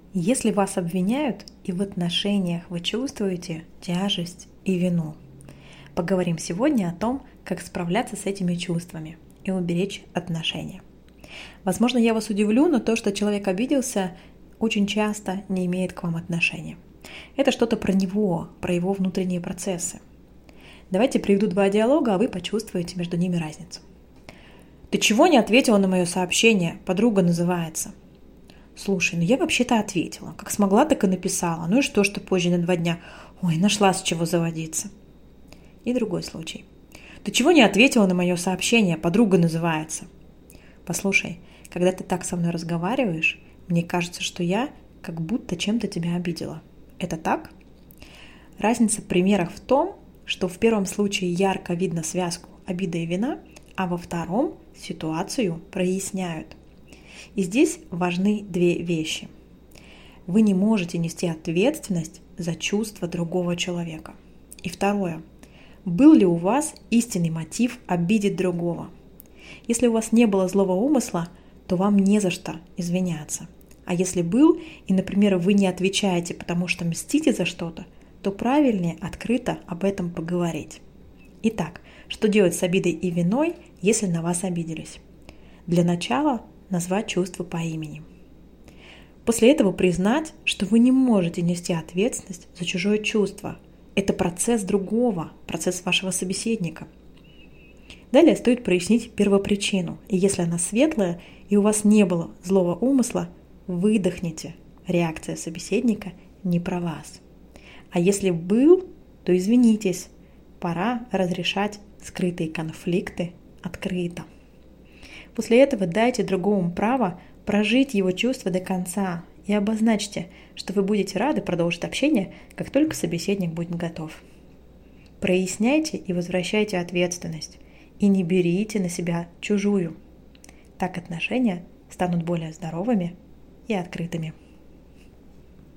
Если вас обвиняют и в отношениях вы чувствуете тяжесть и вину, поговорим сегодня о том, как справляться с этими чувствами и уберечь отношения. Возможно, я вас удивлю, но то, что человек обиделся, очень часто не имеет к вам отношения. Это что-то про него, про его внутренние процессы. Давайте приведу два диалога, а вы почувствуете между ними разницу. «Ты чего не ответила на мое сообщение? Подруга называется». «Слушай, я вообще-то ответила. Как смогла, так и написала. Ну и что позже на 2 дня? Ой, нашла с чего заводиться». И другой случай. «Ты чего не ответила на мое сообщение? Подруга называется». «Послушай, когда ты так со мной разговариваешь, мне кажется, что я как будто чем-то тебя обидела. Это так?» Разница в примерах в том, что в первом случае ярко видно связку обида и вина, а во втором ситуацию проясняют. И здесь важны 2 вещи. Вы не можете нести ответственность за чувства другого человека. И второе. Был ли у вас истинный мотив обидеть другого? Если у вас не было злого умысла, то вам не за что извиняться. А если был, и, например, вы не отвечаете, потому что мстите за что-то, то правильнее открыто об этом поговорить. Итак, что делать с обидой и виной, если на вас обиделись? Для начала назвать чувство по имени. После этого признать, что вы не можете нести ответственность за чужое чувство. Это процесс другого, процесс вашего собеседника. Далее стоит прояснить первопричину. И если она светлая, и у вас не было злого умысла, выдохните. Реакция собеседника не про вас. А если был, то извинитесь. Пора разрешать скрытые конфликты открыто. После этого дайте другому право прожить его чувства до конца и обозначьте, что вы будете рады продолжить общение, как только собеседник будет готов. Проясняйте и возвращайте ответственность. И не берите на себя чужую. Так отношения станут более здоровыми и открытыми.